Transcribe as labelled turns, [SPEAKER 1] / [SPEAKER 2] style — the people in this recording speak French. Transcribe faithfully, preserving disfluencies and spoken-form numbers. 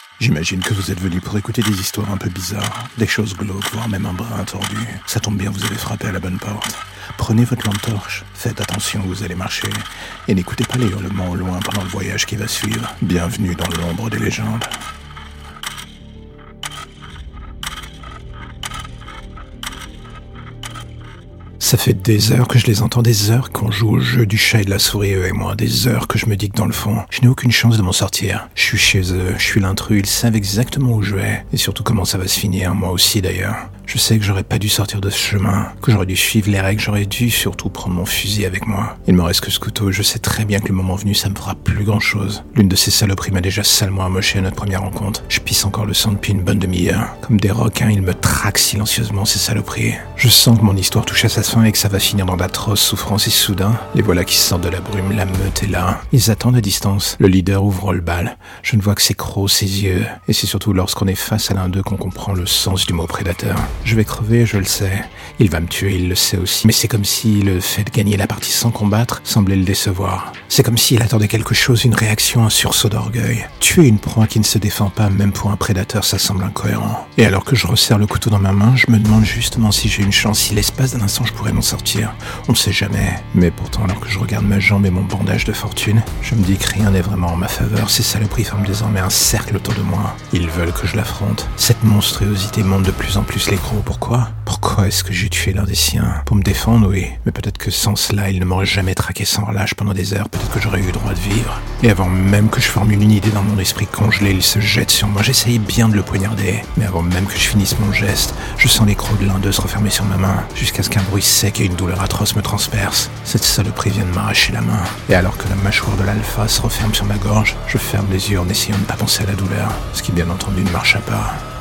[SPEAKER 1] J'imagine que vous êtes venu pour écouter des histoires un peu bizarres, des choses glauques, voire même un brin tordu. Ça tombe bien, vous avez frappé à la bonne porte. Prenez votre lampe torche, faites attention où vous allez marcher, et n'écoutez pas les hurlements au loin pendant le voyage qui va suivre. Bienvenue dans l'ombre des légendes. Ça fait des heures que je les entends, des heures qu'on joue au jeu du chat et de la souris, eux et moi, des heures que je me dis que dans le fond, je n'ai aucune chance de m'en sortir. Je suis chez eux, je suis l'intrus, ils savent exactement où je vais, et surtout comment ça va se finir, moi aussi d'ailleurs. Je sais que j'aurais pas dû sortir de ce chemin, que j'aurais dû suivre les règles, j'aurais dû surtout prendre mon fusil avec moi. Il me reste que ce couteau, je sais très bien que le moment venu, ça me fera plus grand chose. L'une de ces saloperies m'a déjà salement amoché à notre première rencontre. Je pisse encore le sang depuis une bonne demi-heure. Comme des requins, ils me traquent silencieusement, ces saloperies. Je sens que mon histoire touche à sa fin et que ça va finir dans d'atroces souffrances et soudain, les voilà qui sortent de la brume, la meute est là. Ils attendent à distance. Le leader ouvre le bal. Je ne vois que ses crocs, ses yeux. Et c'est surtout lorsqu'on est face à l'un d'eux qu'on comprend le sens du mot prédateur. Je vais crever, je le sais. Il va me tuer, il le sait aussi. Mais c'est comme si le fait de gagner la partie sans combattre semblait le décevoir. C'est comme s'il attendait quelque chose, une réaction, un sursaut d'orgueil. Tuer une proie qui ne se défend pas, même pour un prédateur, ça semble incohérent. Et alors que je resserre le couteau dans ma main, je me demande justement si j'ai une chance, si l'espace d'un instant je pourrais m'en sortir. On ne sait jamais. Mais pourtant, alors que je regarde ma jambe et mon bandage de fortune, je me dis que rien n'est vraiment en ma faveur. Ces saloperies forment désormais un cercle autour de moi. Ils veulent que je l'affronte. Cette monstruosité monte de plus en plus les crocs. Pourquoi Pourquoi est-ce que j'ai tué l'un des siens? Pour me défendre, oui. Mais peut-être que sans cela, il ne m'aurait jamais traqué sans relâche pendant des heures. Peut-être que j'aurais eu le droit de vivre. Et avant même que je formule une idée dans mon esprit congelé, il se jette sur moi. J'essayais bien de le poignarder. Mais avant même que je finisse mon geste, je sens les crocs de l'un d'eux se refermer sur ma main, jusqu'à ce qu'un bruit sec et une douleur atroce me transperce. Cette saloperie vient de m'arracher la main. Et alors que la mâchoire de l'alpha se referme sur ma gorge, je ferme les yeux en essayant de ne pas penser à la douleur. Ce qui bien entendu ne marcha pas.